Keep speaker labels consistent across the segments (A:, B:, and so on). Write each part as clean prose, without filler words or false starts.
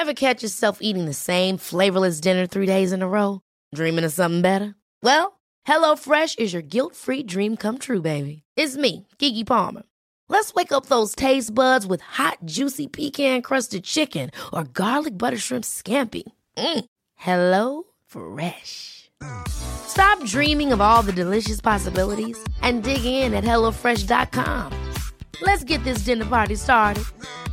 A: Ever catch yourself eating the same flavorless dinner 3 days in a row? Dreaming of something better? Well, HelloFresh is your guilt-free dream come true, baby. It's me, Keke Palmer. Let's wake up those taste buds with hot, juicy pecan-crusted chicken or garlic butter shrimp scampi. Hello Fresh. Stop dreaming of all the delicious possibilities and dig in at HelloFresh.com. Let's get this dinner party started.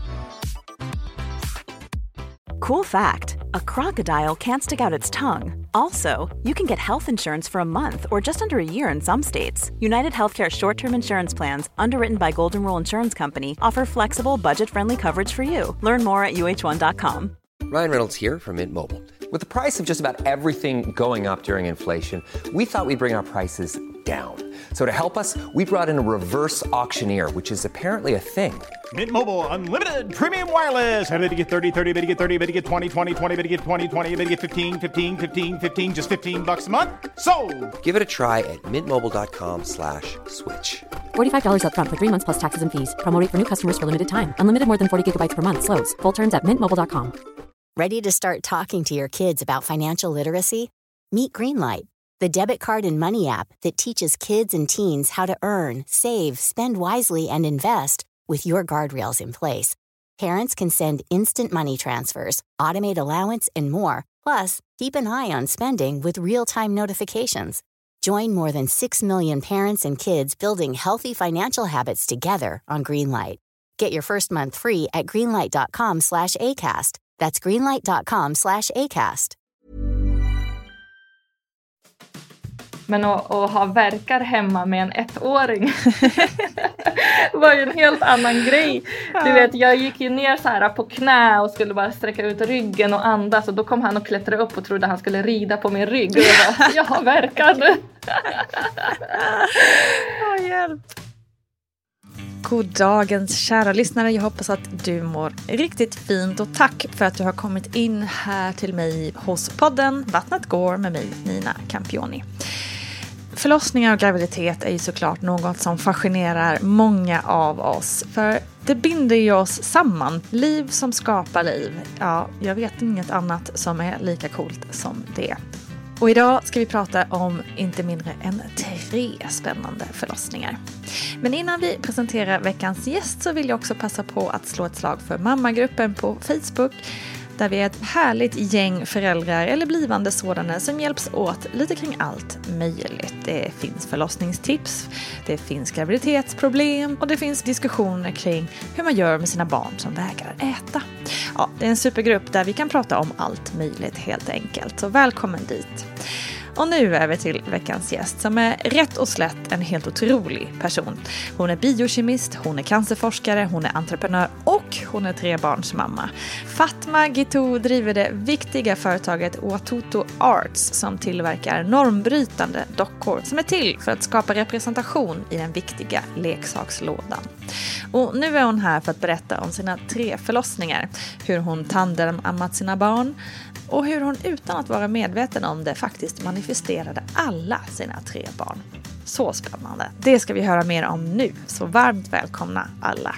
B: Cool fact, a crocodile can't stick out its tongue. Also, you can get health insurance for a month or just under a year in some states. United Healthcare short-term insurance plans, underwritten by Golden Rule Insurance Company, offer flexible, budget-friendly coverage for you. Learn more at uh1.com.
C: Ryan Reynolds here from Mint Mobile. With the price of just about everything going up during inflation, we thought we'd bring our prices down. So to help us, we brought in a reverse auctioneer, which is apparently a thing.
D: Mint Mobile Unlimited Premium Wireless. How to get 30, 30, bit to get 30, bit to get 20, 20, 20, bit to get 20, 20, bit to get 15, 15, 15, 15, just $15 a month? Sold!
C: Give it a try at mintmobile.com/switch.
E: $45 up front for 3 months plus taxes and fees. Promo rate for new customers for limited time. Unlimited more than 40 gigabytes per month. Slows full terms at mintmobile.com.
F: Ready to start talking to your kids about financial literacy? Meet Greenlight, the debit card and money app that teaches kids and teens how to earn, save, spend wisely, and invest with your guardrails in place. Parents can send instant money transfers, automate allowance, and more. Plus, keep an eye on spending with real-time notifications. Join more than 6 million parents and kids building healthy financial habits together on Greenlight. Get your first month free at greenlight.com/ACAST. That's greenlight.com/ACAST.
G: Men att ha verkar hemma med en 1-åring var ju en helt annan grej. Du vet, jag gick ju ner så här på knä och skulle bara sträcka ut ryggen och andas. Och då kom han och klättrade upp och trodde han skulle rida på min rygg. Och jag bara, jag har verkar nu.
H: Hjälp. God dagens kära lyssnare, jag hoppas att du mår riktigt fint och tack för att du har kommit in här till mig hos podden Vattnet går med mig, Nina Campioni. Förlossningar och graviditet är ju såklart något som fascinerar många av oss, för det binder ju oss samman. Liv som skapar liv, ja, jag vet inget annat som är lika coolt som det. Och idag ska vi prata om inte mindre än 3 spännande förlossningar. Men innan vi presenterar veckans gäst så vill jag också passa på att slå ett slag för mammagruppen på Facebook. Där vi är ett härligt gäng föräldrar eller blivande sådana som hjälps åt lite kring allt möjligt. Det finns förlossningstips, det finns graviditetsproblem och det finns diskussioner kring hur man gör med sina barn som vägrar äta. Ja, det är en supergrupp där vi kan prata om allt möjligt helt enkelt. Så välkommen dit. Och nu är vi till veckans gäst som är rätt och slätt en helt otrolig person. Hon är biokemist, hon är cancerforskare, hon är entreprenör och hon är 3-barnsmamma. Fatma Guitoud driver det viktiga företaget Watoto Arts som tillverkar normbrytande dockor som är till för att skapa representation i den viktiga leksakslådan. Och nu är hon här för att berätta om sina 3 förlossningar, hur hon tanderammat sina barn och hur hon utan att vara medveten om det faktiskt manifesterade alla sina 3 barn. Så spännande. Det ska vi höra mer om nu, så varmt välkomna alla.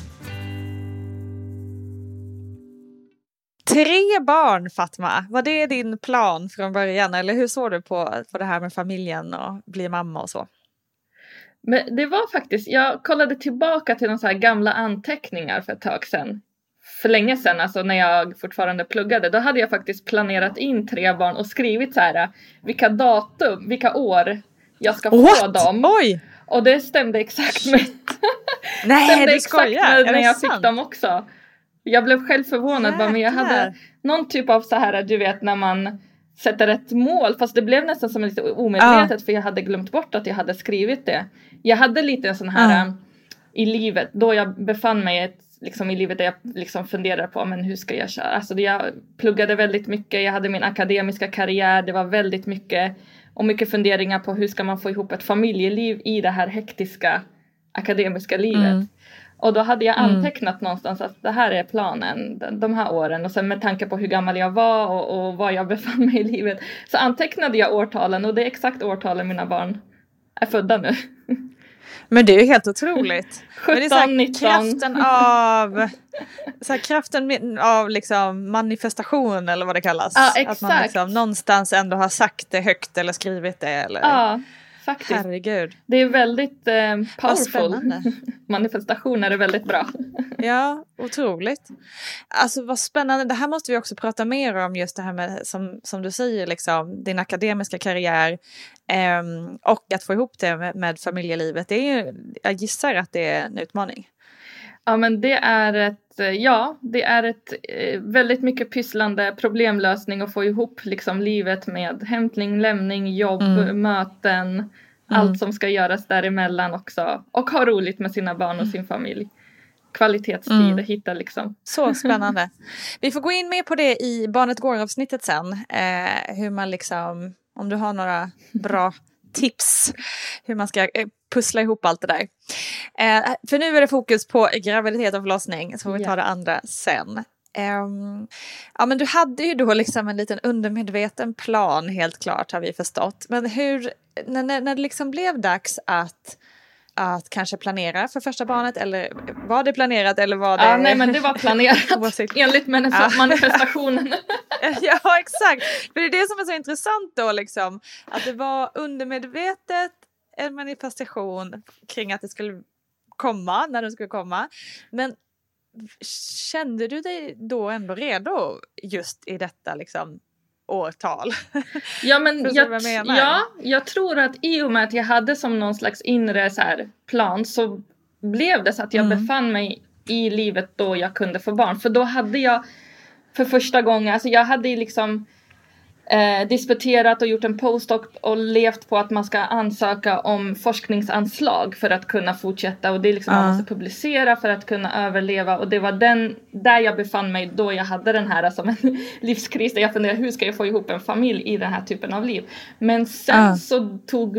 H: 3 barn, Fatma. Var det din plan från början? Eller hur såg du på det här med familjen och bli mamma och så?
G: Men det var faktiskt, jag kollade tillbaka till de så här gamla anteckningar för ett tag sedan. För länge sedan, alltså när jag fortfarande pluggade, då hade jag faktiskt planerat in 3 barn och skrivit så här, vilka datum, vilka år jag ska få dem.
H: Oj!
G: Och det stämde exakt med
H: Nej, du skojar.
G: när jag fick dem också. Jag blev själv förvånad, men jag hade någon typ av så här, du vet, när man sätter ett mål, fast det blev nästan som lite omedvetet för jag hade glömt bort att jag hade skrivit det. Jag hade lite en sån här i livet, då jag befann mig liksom i livet där jag liksom funderar på, men hur ska jag köra? Alltså jag pluggade väldigt mycket, jag hade min akademiska karriär, det var väldigt mycket och mycket funderingar på hur ska man få ihop ett familjeliv i det här hektiska akademiska livet. Och då hade jag antecknat någonstans att det här är planen de här åren. Och sen med tanke på hur gammal jag var och var jag befann mig i livet, så antecknade jag årtalen. Och det är exakt årtalen mina barn är födda nu.
H: Men det är ju helt otroligt.
G: 17-19.
H: Kraften av liksom manifestation eller vad det kallas.
G: Ja, exakt.
H: Att man liksom någonstans ändå har sagt det högt eller skrivit det. Eller...
G: Ja, faktiskt.
H: Herregud.
G: Det är väldigt powerful. Manifestationer är väldigt bra.
H: Ja, otroligt. Alltså vad spännande. Det här måste vi också prata mer om, just det här med som du säger, liksom, din akademiska karriär och att få ihop det med familjelivet. Det är ju, jag gissar att det är en utmaning.
G: Ja, men det är ett väldigt mycket pysslande, problemlösning att få ihop liksom livet med hämtning, lämning, jobb, möten, allt som ska göras däremellan också. Och ha roligt med sina barn och sin familj. Kvalitetstid, hitta liksom.
H: Så spännande. Vi får gå in mer på det i Barnet Går-avsnittet sen. Hur man liksom, om du har några bra tips hur man ska pussla ihop allt det där. För nu är det fokus på graviditet och förlossning, så får vi ta det andra sen. Ja, men du hade ju då liksom en liten undermedveten plan, helt klart har vi förstått. Men hur, när det liksom blev dags att kanske planera för första barnet, eller var det planerat eller var det...
G: Ja, nej, men det var planerat enligt manifestationen.
H: Ja, exakt. För det är det som är så intressant då, liksom, att det var undermedvetet en manifestation kring att det skulle komma, när det skulle komma. Men kände du dig då ändå redo just i detta liksom årtal?
G: Ja, men jag tror att i och med att jag hade som någon slags inre så här plan, så blev det så att jag befann mig i livet då jag kunde få barn. För då hade jag för första gången, alltså jag hade liksom disputerat och gjort en postdoc och levt på att man ska ansöka om forskningsanslag för att kunna fortsätta, och det är liksom man måste publicera för att kunna överleva, och det var där jag befann mig då jag hade den här som en livskris där jag funderade, hur ska jag få ihop en familj i den här typen av liv. Men sen så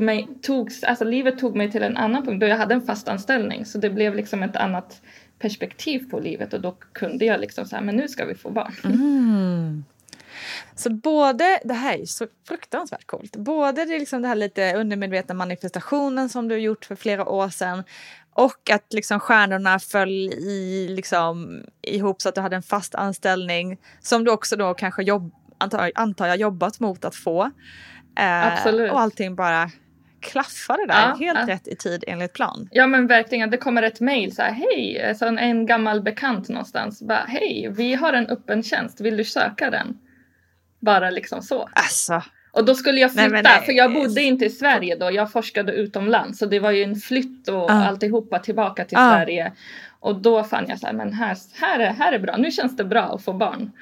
G: livet tog mig till en annan punkt då jag hade en fast anställning, så det blev liksom ett annat perspektiv på livet, och då kunde jag liksom säga, men nu ska vi få barn.
H: Så både, det här är så fruktansvärt coolt, både det, liksom det här lite undermedvetna manifestationen som du har gjort för flera år sedan, och att liksom stjärnorna föll ihop så att du hade en fast anställning som du också då kanske antar jag jobbat mot att få.
G: Absolut.
H: Och allting bara klaffade där, helt rätt i tid enligt plan.
G: Ja, men verkligen, det kommer ett mejl så här, hej, så en gammal bekant någonstans, bara, hej, vi har en öppen tjänst, vill du söka den? Bara liksom så.
H: Alltså.
G: Och då skulle jag flytta, för jag bodde inte i Sverige då, jag forskade utomlands, så det var ju en flytt och alltihopa tillbaka till Sverige. Och då fann jag så här, men här är bra, nu känns det bra att få barn.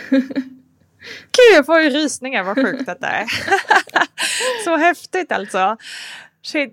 H: Gud, jag får ju rysningar, vad sjukt detta är. Så häftigt alltså. Shit.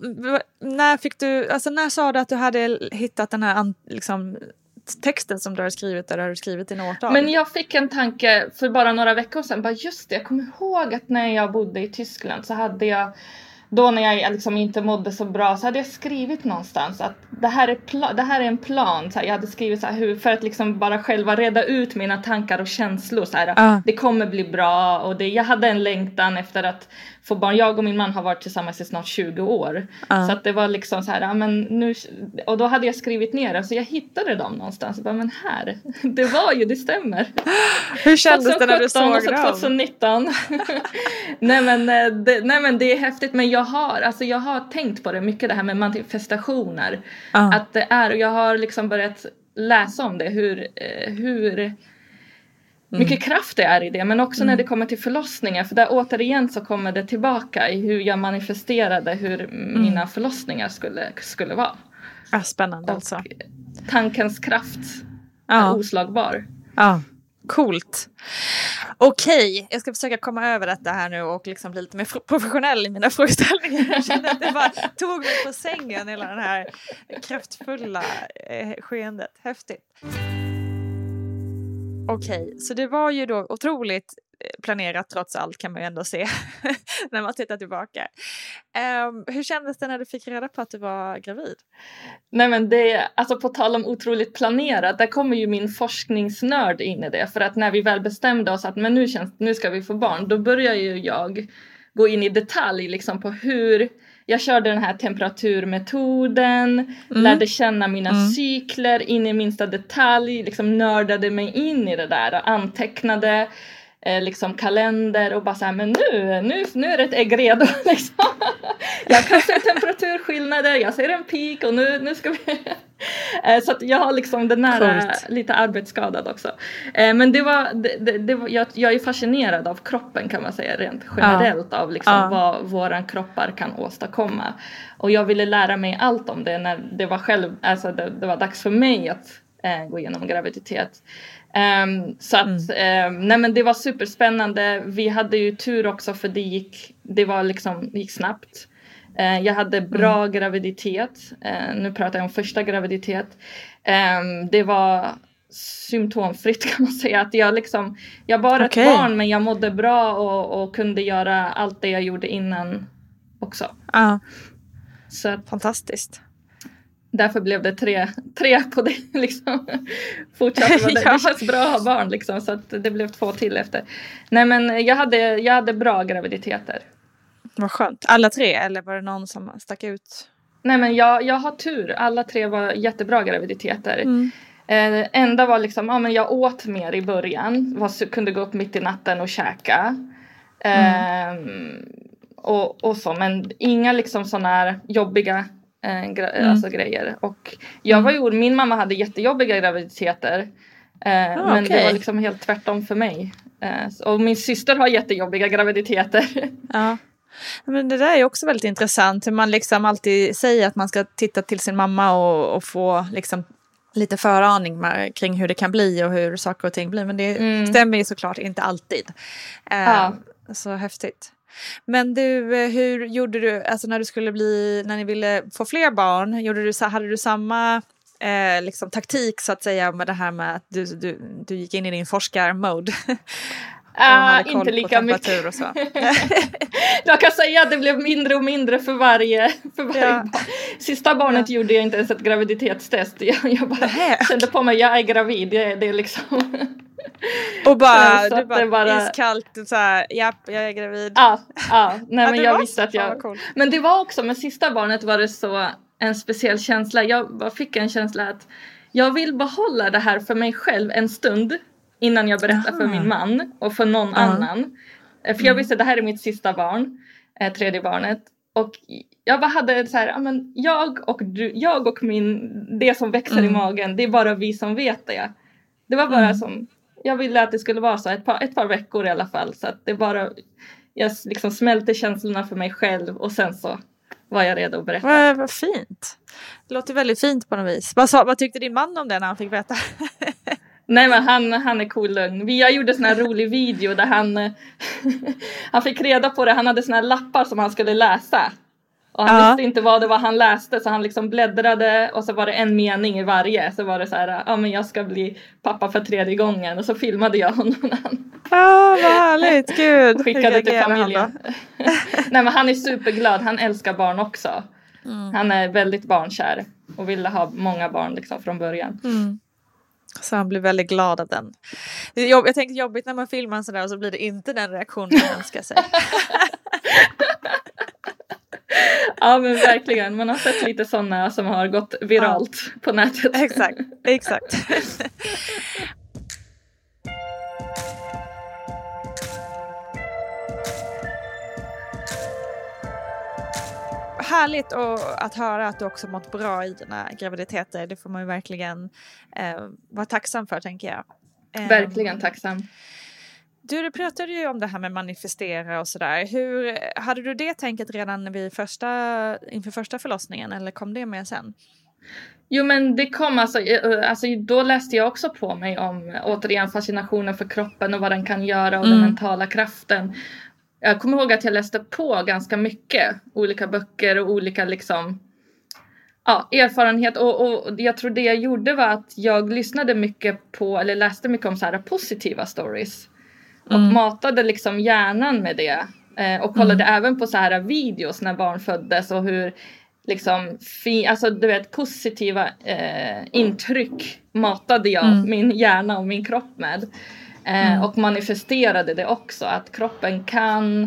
H: När sa du att du hade hittat den här liksom texten som du har skrivit, där du har skrivit dina årtal?
G: Men jag fick en tanke för bara några veckor sedan, bara just det, jag kommer ihåg att när jag bodde i Tyskland så hade jag, då när jag liksom inte mådde så bra, så hade jag skrivit någonstans att det här är en plan. Så här, jag hade skrivit så här, för att liksom bara själva reda ut mina tankar och känslor. Så här, det kommer bli bra. Och jag hade en längtan efter att få barn. Jag och min man har varit tillsammans i snart 20 år. Så att det var liksom så här, men nu, och då hade jag skrivit ner det. Så jag hittade dem någonstans. Och bara, men här, det stämmer.
H: Hur kändes det när du såg dem?
G: 2019. nej men det är häftigt. Men jag har tänkt på det mycket, det här med manifestationer. Att det är, och jag har liksom börjat läsa om det, hur mycket kraft det är i det, men också när det kommer till förlossningar, för där återigen så kommer det tillbaka i hur jag manifesterade hur mina förlossningar skulle vara.
H: Spännande alltså.
G: Och tankens kraft är oslagbar.
H: Coolt. Okej, jag ska försöka komma över detta här nu och liksom bli lite mer professionell i mina frågeställningar. Jag kände att det bara tog mig på sängen, hela den här kraftfulla skeendet. Häftigt. Okej, så det var ju då otroligt planerat trots allt, kan man ju ändå se när man tittar tillbaka. Hur kändes det när du fick reda på att du var gravid?
G: Nej, men alltså på tal om otroligt planerat, där kommer ju min forskningsnörd in i det. För att när vi väl bestämde oss att men nu ska vi få barn, då börjar ju jag gå in i detalj liksom på hur jag körde den här temperaturmetoden, lärde känna mina cykler in i minsta detalj, liksom nördade mig in i det där och antecknade liksom kalender och bara så här, men nu är det ett ägg redo liksom. Jag kan se temperaturskillnader, jag ser en peak och nu ska vi så att jag har liksom den här lite arbetsskadad också. Men det var jag är fascinerad av kroppen, kan man säga, rent generellt av liksom vad våran kroppar kan åstadkomma. Och jag ville lära mig allt om det när det var alltså det var dags för mig att gå igenom graviditet. Så att nej, men det var superspännande. Vi hade ju tur också, för det gick snabbt. Jag hade bra graviditet. Nu pratar jag om första graviditet. Det var symptomfritt, kan man säga. Att jag bar ett barn, men jag mådde bra och kunde göra allt det jag gjorde innan också. Så att,
H: fantastiskt.
G: Därför blev det tre på det liksom. Fortsatte det känns bra att ha barn liksom, så att det blev 2 till efter. Nej, men jag hade bra graviditeter.
H: Vad skönt. Alla 3, eller var det någon som stack ut?
G: Nej, men jag har tur. Alla 3 var jättebra graviditeter. Enda var liksom, men jag åt mer i början. Kunde gå upp mitt i natten och käka. Och så, men inga liksom sådana här jobbiga alltså grejer. Och min mamma hade jättejobbiga graviditeter. Men det var liksom helt tvärtom för mig. Och min syster har jättejobbiga graviditeter. Ja.
H: Men det där är också väldigt intressant. Hur man liksom alltid säger att man ska titta till sin mamma och få liksom lite föraning kring hur det kan bli och hur saker och ting blir. Men det stämmer ju såklart inte alltid. Så häftigt. Men du, hur gjorde du, alltså när ni ville få fler barn, hade du samma liksom taktik så att säga med det här med att du gick in i din forskarmode?
G: Inte lika mycket. Och så. Jag kan säga att det blev mindre och mindre för varje barn. Sista barnet gjorde jag inte ens ett graviditetstest. Jag bara kände på mig, jag är gravid. Det är liksom...
H: Och bara iskallt så här, japp, jag är gravid.
G: Nej, men jag visste att Men det var också, med sista barnet var det så en speciell känsla. Jag fick en känsla att jag vill behålla det här för mig själv en stund innan jag berättar för min man och för någon annan. För jag visste att det här är mitt sista barn, 3:e barnet. Och jag bara hade så här, men jag och det som växer i magen, det är bara vi som vet det. Det var bara som, jag ville att det skulle vara så ett par veckor i alla fall. Så att det bara, jag liksom smälte känslorna för mig själv och sen så var jag redo att berätta.
H: Vad fint. Det låter väldigt fint på något vis. Vad tyckte din man om det när han fick veta?
G: Nej, men han är cool lugn. Jag gjorde sån här rolig video där han fick reda på det. Han hade såna här lappar som han skulle läsa. Och han visste inte vad det var han läste. Så han liksom bläddrade och så var det en mening i varje. Så var det så här, men jag ska bli pappa för 3:e gången. Och så filmade jag honom.
H: Vad härligt, gud.
G: Skickade till familjen. Nej, men han är superglad. Han älskar barn också. Han är väldigt barnkär. Och ville ha många barn liksom från början.
H: Så han blev väldigt glad av den. Jag tänkte jobbigt när man filmar sådär och så blir det inte den reaktionen man önskar sig.
G: Ja, men verkligen. Man har sett lite sådana som har gått viralt på nätet.
H: Exakt. Härligt att höra att du också mått bra i dina graviditeter. Det får man ju verkligen vara tacksam för, tänker jag.
G: Verkligen tacksam.
H: Du pratade ju om det här med manifestera och sådär. Hur hade du det tänket redan inför första förlossningen, eller kom det med sen?
G: Jo, men det kom alltså då läste jag också på mig om återigen fascinationen för kroppen och vad den kan göra och den mentala kraften. Jag kommer ihåg att jag läste på ganska mycket olika böcker och olika liksom erfarenhet och jag tror det jag gjorde var att jag lyssnade mycket på eller läste mycket om så här positiva stories och matade liksom hjärnan med det och kollade även på så här videos när barn föddes och hur liksom alltså du vet positiva intryck matade jag min hjärna och min kropp med. Och manifesterade det också, att kroppen kan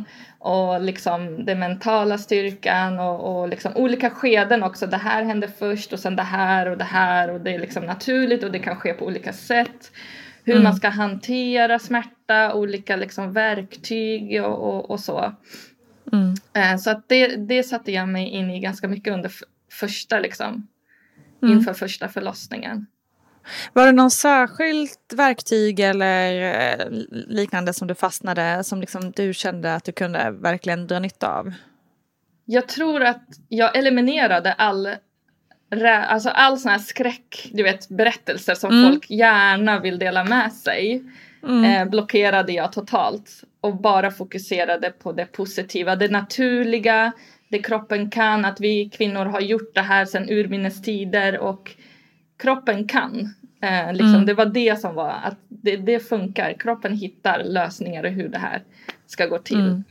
G: och liksom den mentala styrkan och liksom olika skeden också. Det här händer först och sen det här och det är liksom naturligt och det kan ske på olika sätt. Hur man ska hantera smärta, olika liksom verktyg och så. Så att det satte jag mig in i ganska mycket under första liksom, inför första förlossningen.
H: Var det någon särskilt verktyg eller liknande som du fastnade, som liksom du kände att du kunde verkligen dra nytta av?
G: Jag tror att jag eliminerade all sån här skräck, du vet, berättelser som folk gärna vill dela med sig. Blockerade jag totalt och bara fokuserade på det positiva, det naturliga, det kroppen kan, att vi kvinnor har gjort det här sedan urminnes tider och kroppen kan. Det var det som var att det funkar. Kroppen hittar lösningar i hur det här ska gå till.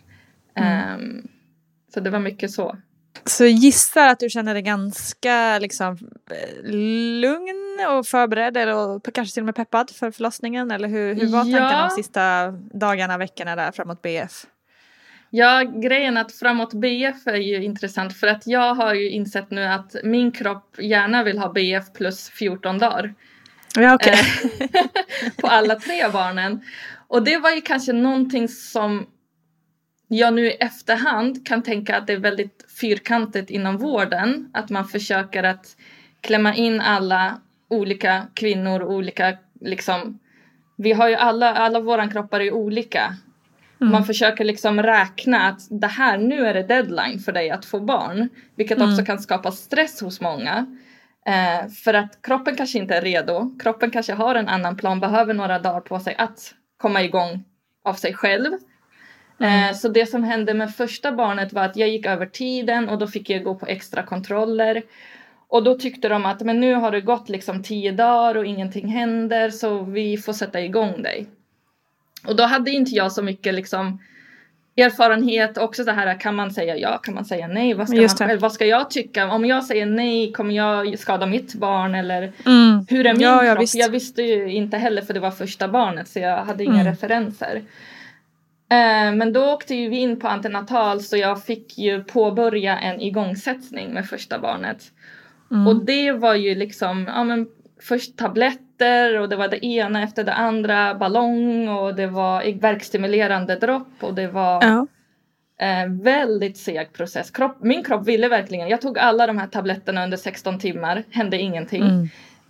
G: Så det var mycket så.
H: Så gissar att du känner dig ganska liksom lugn och förberedd eller kanske till och med peppad för förlossningen? Eller hur var tankarna de sista dagarna, veckorna där framåt BF?
G: Ja, grejen att framåt BF är ju intressant för att jag har ju insett nu att min kropp gärna vill ha BF plus 14 dagar.
H: Ja, okej.
G: På alla 3 barnen. Och det var ju kanske någonting som jag nu i efterhand kan tänka att det är väldigt fyrkantigt inom vården. Att man försöker att klämma in alla olika kvinnor, olika liksom. Vi har ju alla våran kroppar är olika. Man försöker liksom räkna att det här, nu är det deadline för dig att få barn. Vilket också kan skapa stress hos många. För att kroppen kanske inte är redo. Kroppen kanske har en annan plan. Behöver några dagar på sig att komma igång av sig själv. Så det som hände med första barnet var att jag gick över tiden. Och då fick jag gå på extra kontroller. Och då tyckte de att men nu har det gått liksom 10 dagar och ingenting händer. Så vi får sätta igång dig. Och då hade inte jag så mycket liksom erfarenhet. Också så här, kan man säga ja, kan man säga nej? Vad ska jag tycka? Om jag säger nej, kommer jag skada mitt barn? Eller hur är min kropp? Visst. Jag visste ju inte heller för det var första barnet. Så jag hade inga referenser. Men då åkte vi in på antenatal. Så jag fick ju påbörja en igångsättning med första barnet. Och det var ju liksom först tabletter och det var det ena efter det andra, ballong och det var verkstimulerande dropp och det var väldigt seg process. Min kropp ville verkligen, jag tog alla de här tabletterna under 16 timmar, hände ingenting.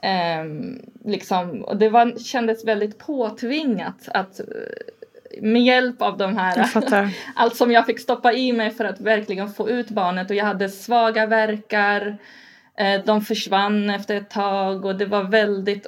G: Och det kändes väldigt påtvingat att med hjälp av de här, allt som jag fick stoppa i mig för att verkligen få ut barnet och jag hade svaga verkar. De försvann efter ett tag och det var väldigt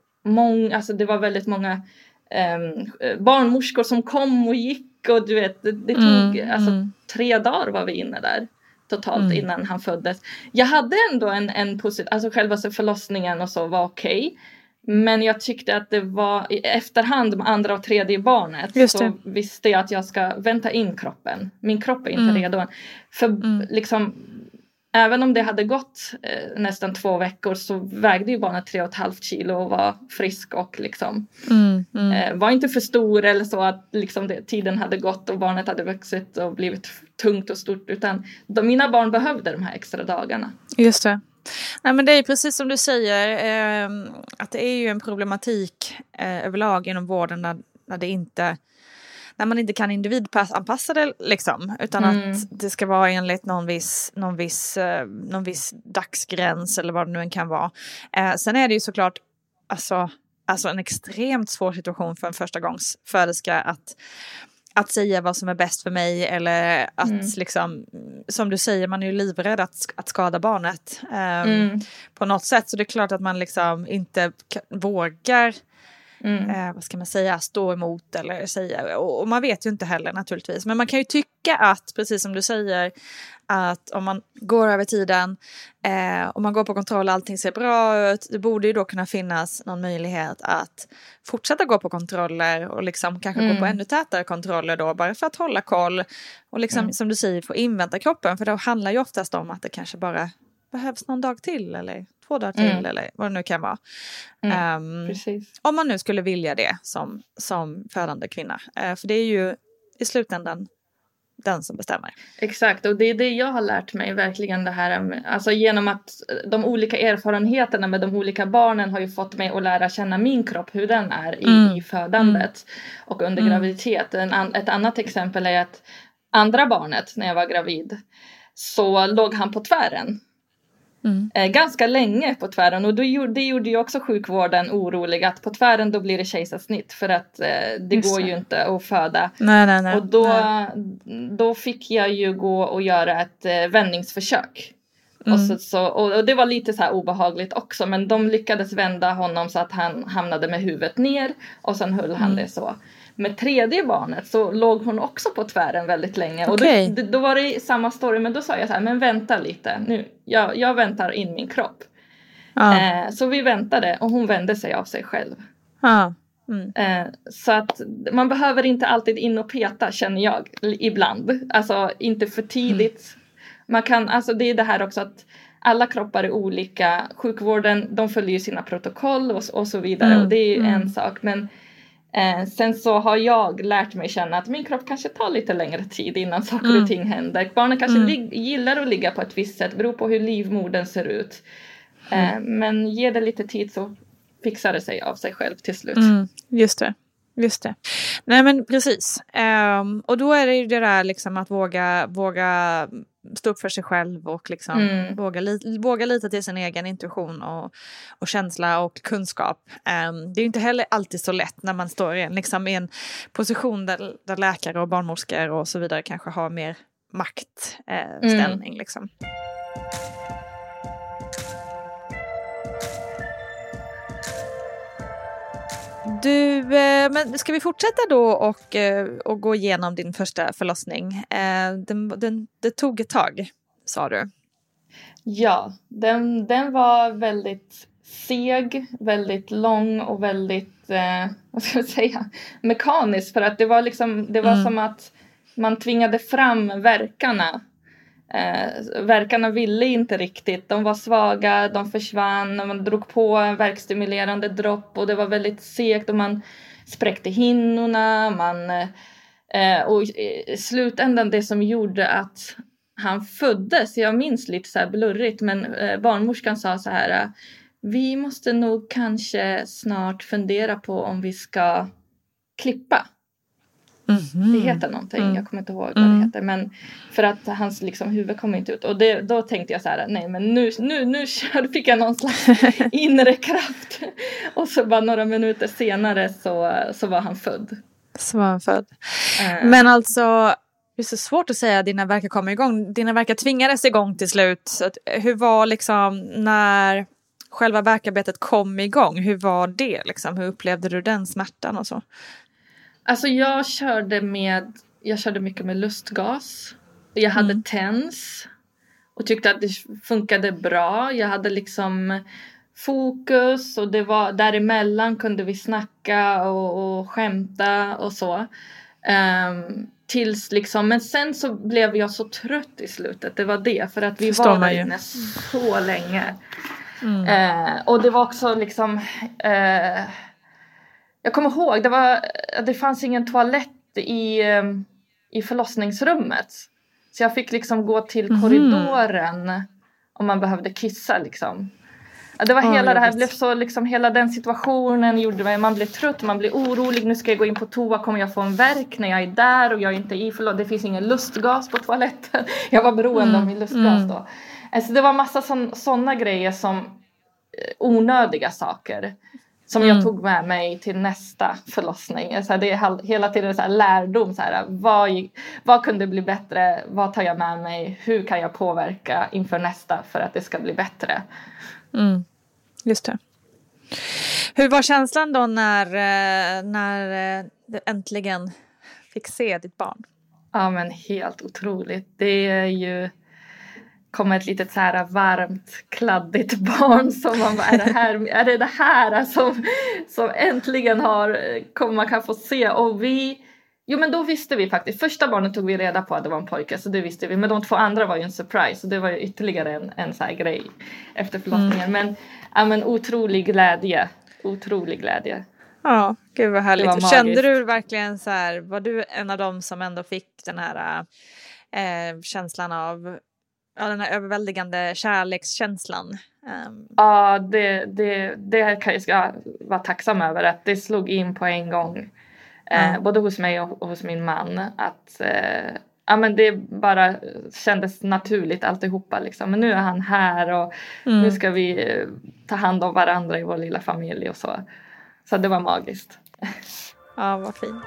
G: många barnmorskor som kom och gick och du vet det tog 3 dagar var vi inne där totalt innan han föddes. Jag hade ändå en positiv, alltså själva förlossningen och så var okej. Men jag tyckte att det var i efterhand med andra och tredje barnet så visste jag att jag ska vänta in kroppen. Min kropp är inte redo. För liksom även om det hade gått nästan 2 veckor så vägde ju barnet 3,5 kilo och var frisk och liksom var inte för stor eller så att liksom tiden hade gått och barnet hade vuxit och blivit tungt och stort utan mina barn behövde de här extra dagarna.
H: Just det. Nej, men det är precis som du säger att det är ju en problematik överlag inom vården när man inte kan individanpassa det liksom, utan att det ska vara enligt någon viss dagsgräns eller vad det nu än kan vara. Sen är det ju såklart alltså en extremt svår situation för en förstagångsföderska att säga vad som är bäst för mig eller att liksom, som du säger, man är ju livrädd att skada barnet på något sätt. Så det är klart att man liksom inte vågar vad ska man säga, stå emot eller säga, och man vet ju inte heller naturligtvis, men man kan ju tycka att, precis som du säger, att om man går över tiden om man går på kontroll och allting ser bra ut, det borde ju då kunna finnas någon möjlighet att fortsätta gå på kontroller och liksom kanske gå på ännu tätare kontroller då, bara för att hålla koll och liksom som du säger, få invänta kroppen, för det handlar ju oftast om att det kanske bara behövs någon dag till eller 2 dagar till eller vad det nu kan vara. Om man nu skulle vilja det som födande kvinna. För det är ju i slutändan den som bestämmer.
G: Exakt, och det är det jag har lärt mig verkligen det här. Alltså genom att de olika erfarenheterna med de olika barnen har ju fått mig att lära känna min kropp, hur den är i födandet och under graviditet. Ett annat exempel är att andra barnet, när jag var gravid, så låg han på tvären. Ganska länge på tvären, och det gjorde ju också sjukvården orolig, att på tvären då blir det kejsarsnitt för att det går ju inte att föda.
H: Nej.
G: Och då fick jag ju gå och göra ett vändningsförsök. Och det var lite så här obehagligt också, men de lyckades vända honom så att han hamnade med huvudet ner, och sen höll han det så. Med tredje barnet så låg hon också på tvären väldigt länge. Okay. Och då var det samma story. Men då sa jag så här, men vänta lite. Nu, jag väntar in min kropp. Så vi väntade, och hon vände sig av sig själv. Så att man behöver inte alltid in och peta, känner jag ibland. Alltså inte för tidigt. Man kan, alltså det är det här också att alla kroppar är olika. Sjukvården, de följer ju sina protokoll och så vidare. Och det är ju en sak, men sen så har jag lärt mig känna att min kropp kanske tar lite längre tid innan saker och ting händer. Barnen kanske gillar att ligga på ett visst sätt, beror på hur livmodern ser ut. Men ge det lite tid så fixar det sig av sig själv till slut.
H: Just det. Nej, men precis. Och då är det ju det där liksom att våga stå upp för sig själv och liksom våga lita till sin egen intuition och känsla och kunskap. Det är ju inte heller alltid så lätt när man står i en position där läkare och barnmorskor och så vidare kanske har mer maktställning liksom. Du, men ska vi fortsätta då och gå igenom din första förlossning? Det tog ett tag, sa du.
G: Ja, den var väldigt seg, väldigt lång och väldigt, vad ska jag säga, mekanisk. För att det var som att man tvingade fram verkarna. Verkarna ville inte riktigt. De var svaga, de försvann. Man drog på en verkstimulerande dropp och det var väldigt segt och man spräckte hinnorna. Och i slutändan det som gjorde att han föddes, jag minns lite så här blurrigt, men barnmorskan sa så här: vi måste nog kanske snart fundera på om vi ska klippa. Det heter någonting, jag kommer inte ihåg vad det heter, men för att hans liksom huvud kom inte ut, och då tänkte jag så här: nej men nu fick jag någon slags inre kraft, och så bara några minuter senare så var han född. Men alltså det är så svårt att säga, dina verkar kommer igång, dina verkar tvingades igång till slut. Så att, hur var liksom när själva verkarbetet kom igång, hur var det liksom, hur upplevde du den smärtan och så? Alltså jag körde mycket med lustgas. Jag hade TENS och tyckte att det funkade bra. Jag hade liksom fokus, och det var däremellan kunde vi snacka och skämta och så. Tills liksom, men sen så blev jag så trött i slutet. Det var det, för att vi var där inne så länge. Och det var också liksom jag kommer ihåg, det fanns ingen toalett i förlossningsrummet. Så jag fick liksom gå till korridoren om man behövde kissa liksom. Det var hela det här, blev så liksom, hela den situationen gjorde man blev trött, man blev orolig. Nu ska jag gå in på toa, kommer jag få en värk när jag är där och jag är inte i det finns ingen lustgas på toaletten. Jag var beroende av min lustgas då. Alltså det var massa sådana grejer, som onödiga saker som jag tog med mig till nästa förlossning. Alltså det är hela tiden så här lärdom. Så här, vad kunde bli bättre? Vad tar jag med mig? Hur kan jag påverka inför nästa för att det ska bli bättre?
H: Just det. Hur var känslan då när du äntligen fick se ditt barn?
G: Ja, men helt otroligt. Det är ju... kommer ett litet så här varmt, kladdigt barn som man bara, är det här som äntligen man kan få se. Och men då visste vi faktiskt, första barnet tog vi reda på att det var en pojke, så det visste vi, men de två andra var ju en surprise, och det var ju ytterligare en så här grej efter förlossningen. Men otrolig glädje.
H: Ja, gud vad härligt.
G: Det var
H: Kände
G: magiskt.
H: du verkligen så här, var du en av dem som ändå fick den här känslan av, den här överväldigande kärlekskänslan?
G: Ja, det kan jag ska vara tacksam över, att det slog in på en gång. Både hos mig och hos min man. Att men det bara kändes naturligt alltihopa liksom. Men nu är han här och nu ska vi ta hand om varandra i vår lilla familj och så. Så det var magiskt.
H: Ja, vad fint.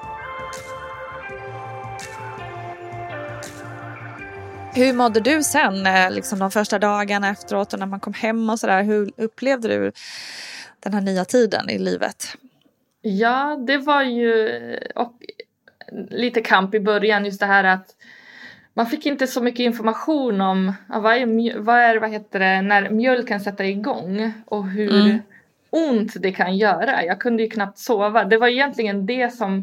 H: Hur mådde du sen, liksom de första dagarna efteråt och när man kom hem och sådär? Hur upplevde du den här nya tiden i livet? Ja, det var ju lite kamp i början, just det här att man fick inte så mycket information om vad heter det, när mjölken sätter igång och hur ont det kan göra. Jag kunde ju knappt sova. Det var egentligen det som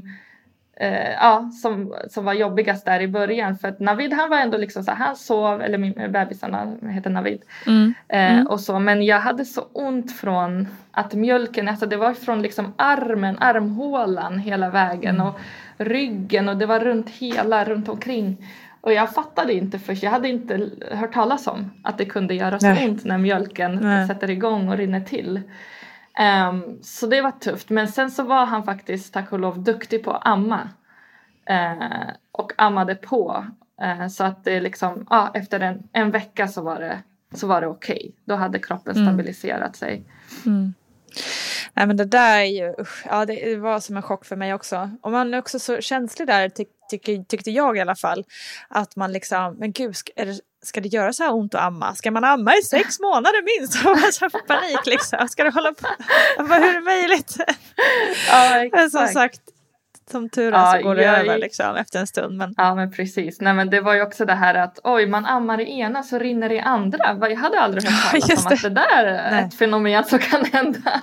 H: var jobbigast där i början. För att Navid, han var ändå liksom så här, han sov, eller min bebis, han heter Navid. Och så, men jag hade så ont från att mjölken, alltså det var från liksom armhålan hela vägen och ryggen, och det var runt omkring. Och jag fattade inte, för jag hade inte hört talas om att det kunde göra så ont när mjölken sätter igång och rinner till. Så det var tufft. Men sen så var han faktiskt, tack och lov, duktig på att amma. Och ammade på. Så att det liksom, efter en vecka så var det okej. Då hade kroppen stabiliserat sig. Nej, men det där är ju, det var som en chock för mig också. Och man är också så känslig där, tyckte jag i alla fall. Att man liksom, men gud, ska det göra så här ont att amma? Ska man amma i 6 månader minst? Så får panik liksom. Ska du hålla på? Hur är det möjligt? Ja, men som sagt, som tur är så går det över liksom, efter en stund. Men... Ja, men precis. Nej, men det var ju också det här att man ammar i ena så rinner det i andra. Jag hade aldrig hört talas om att det där är ett fenomen som kan hända.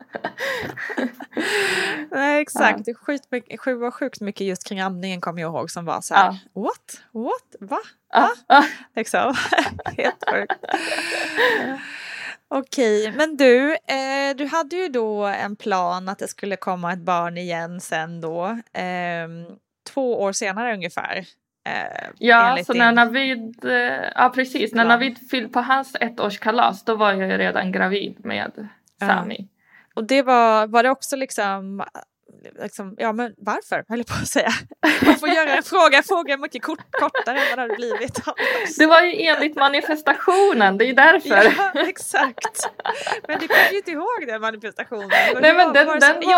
H: Nej, exakt. Det var sjukt mycket just kring amningen, kommer jag ihåg, som var så här, what? Va? Liksom. Helt sjukt. Okej, men du hade ju då en plan att det skulle komma ett barn igen sen då, 2 år senare ungefär. Så när Navid, precis, när Navid fyllde på hans 1-årskalas, då var jag ju redan gravid med Sami. Och det var det också liksom, men varför, höll jag på att säga. Man får göra en fråga mycket kortare än vad det hade blivit. Det var ju enligt manifestationen, det är ju därför. Ja, exakt. Men du kommer ju inte ihåg den manifestationen. Nej, men den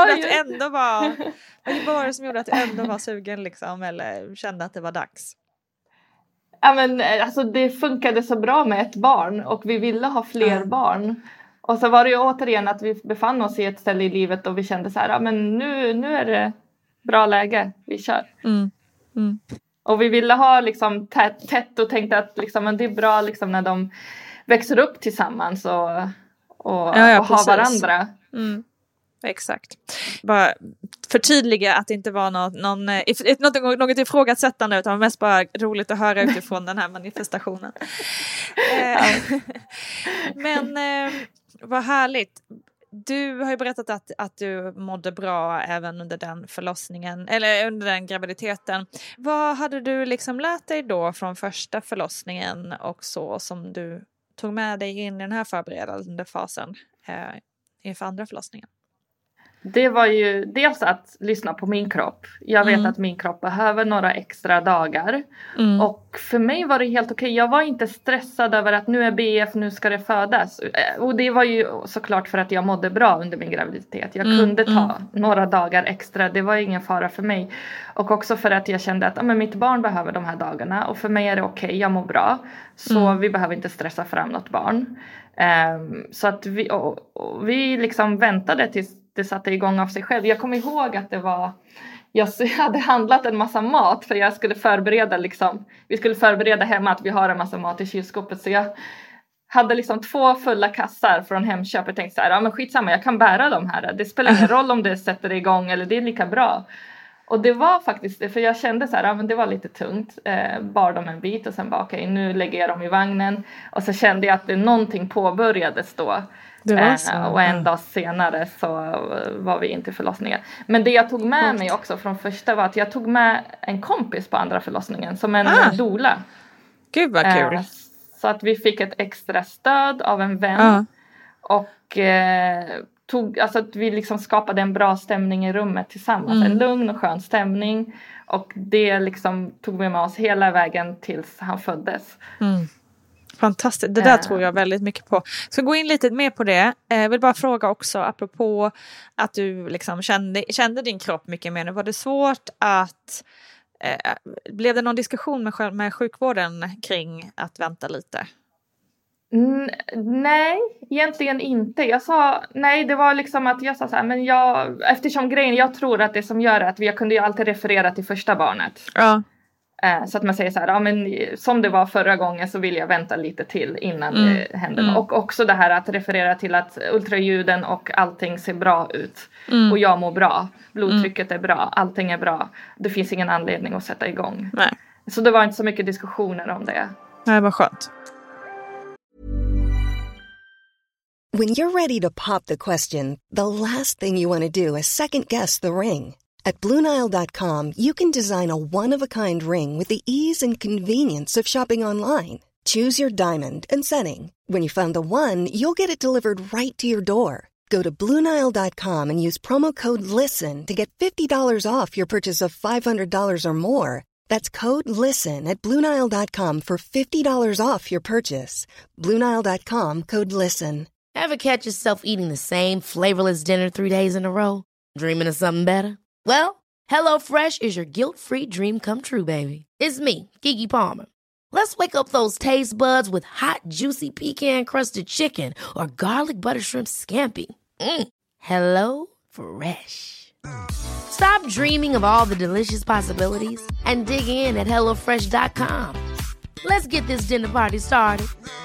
H: var det som gjorde att du ändå var sugen liksom, eller kände att det var dags? Ja, men alltså det funkade så bra med ett barn och vi ville ha fler barn. Och så var det ju återigen att vi befann oss i ett ställe i livet och vi kände så här, men nu är det bra läge, vi kör. Och vi ville ha liksom tätt och tänkte att liksom, men det är bra liksom, när de växer upp tillsammans och har varandra. Exakt. Bara förtydliga att det inte var något ifrågasättande, utan mest bara roligt att höra utifrån den här manifestationen. Men vad härligt. Du har ju berättat att du mådde bra även under den förlossningen, eller under den graviditeten. Vad hade du liksom lärt dig då från första förlossningen och så, som du tog med dig in i den här förberedande fasen inför andra förlossningen? Det var ju dels att lyssna på min kropp. Jag vet att min kropp behöver några extra dagar. Och för mig var det helt okej. Jag var inte stressad över att nu är BF, nu ska det födas. Och det var ju såklart för att jag mådde bra under min graviditet. Jag kunde ta några dagar extra. Det var ingen fara för mig. Och också för att jag kände att mitt barn behöver de här dagarna. Och för mig är det okej, jag mår bra. Så vi behöver inte stressa fram något barn. Så att vi liksom väntade tills det satte igång av sig själv. Jag kommer ihåg att jag hade handlat en massa mat för jag skulle förbereda vi skulle förbereda hemma att vi har en massa mat i kylskåpet, så jag hade liksom 2 fulla kassar från Hemköp. Jag tänkte så här, men skitsamma, jag kan bära de här. Det spelar ingen roll om det sätter igång eller det är lika bra. Och det var faktiskt det, för jag kände så här, men det var lite tungt. Bar dem en bit och sen bara okej, nu lägger jag dem i vagnen. Och så kände jag att någonting påbörjades då. Det var så.
G: Och en dag senare så var vi in till förlossningen. Men det jag tog med mig också från första var att jag tog med en kompis på andra förlossningen som en doula.
H: Gud vad kul.
G: Så att vi fick ett extra stöd av en vän. Och alltså att vi liksom skapade en bra stämning i rummet tillsammans. En lugn och skön stämning. Och det liksom tog vi med oss hela vägen tills han föddes.
H: Fantastiskt, det där tror jag väldigt mycket på. Ska gå in lite mer på det. Jag vill bara fråga också, apropå att du liksom kände din kropp mycket mer. Var det svårt att... blev det någon diskussion med sjukvården kring att vänta lite?
G: Nej, egentligen inte. Jag sa, nej, det var liksom att jag sa så här, men eftersom jag tror att det som gör att jag kunde ju alltid referera till första barnet.
H: Ja.
G: Så att man säger så här, ja men som det var förra gången så vill jag vänta lite till innan det händer. Och också det här att referera till att ultraljuden och allting ser bra ut. Och jag mår bra, blodtrycket är bra, allting är bra. Det finns ingen anledning att sätta igång.
H: Nej.
G: Så det var inte så mycket diskussioner om det.
H: Nej, vad skönt.
I: When you're ready to pop the question, the last thing you want to do is second guess the ring. At BlueNile.com, you can design a one-of-a-kind ring with the ease and convenience of shopping online. Choose your diamond and setting. When you find the one, you'll get it delivered right to your door. Go to BlueNile.com and use promo code LISTEN to get $50 off your purchase of $500 or more. That's code LISTEN at BlueNile.com for $50 off your purchase. BlueNile.com, code LISTEN.
A: Ever catch yourself eating the same flavorless dinner 3 days in a row? Dreaming of something better? Well, HelloFresh is your guilt-free dream come true, baby. It's me, Keke Palmer. Let's wake up those taste buds with hot, juicy pecan-crusted chicken or garlic butter shrimp scampi. Hello Fresh. Stop dreaming of all the delicious possibilities and dig in at HelloFresh.com. Let's get this dinner party started.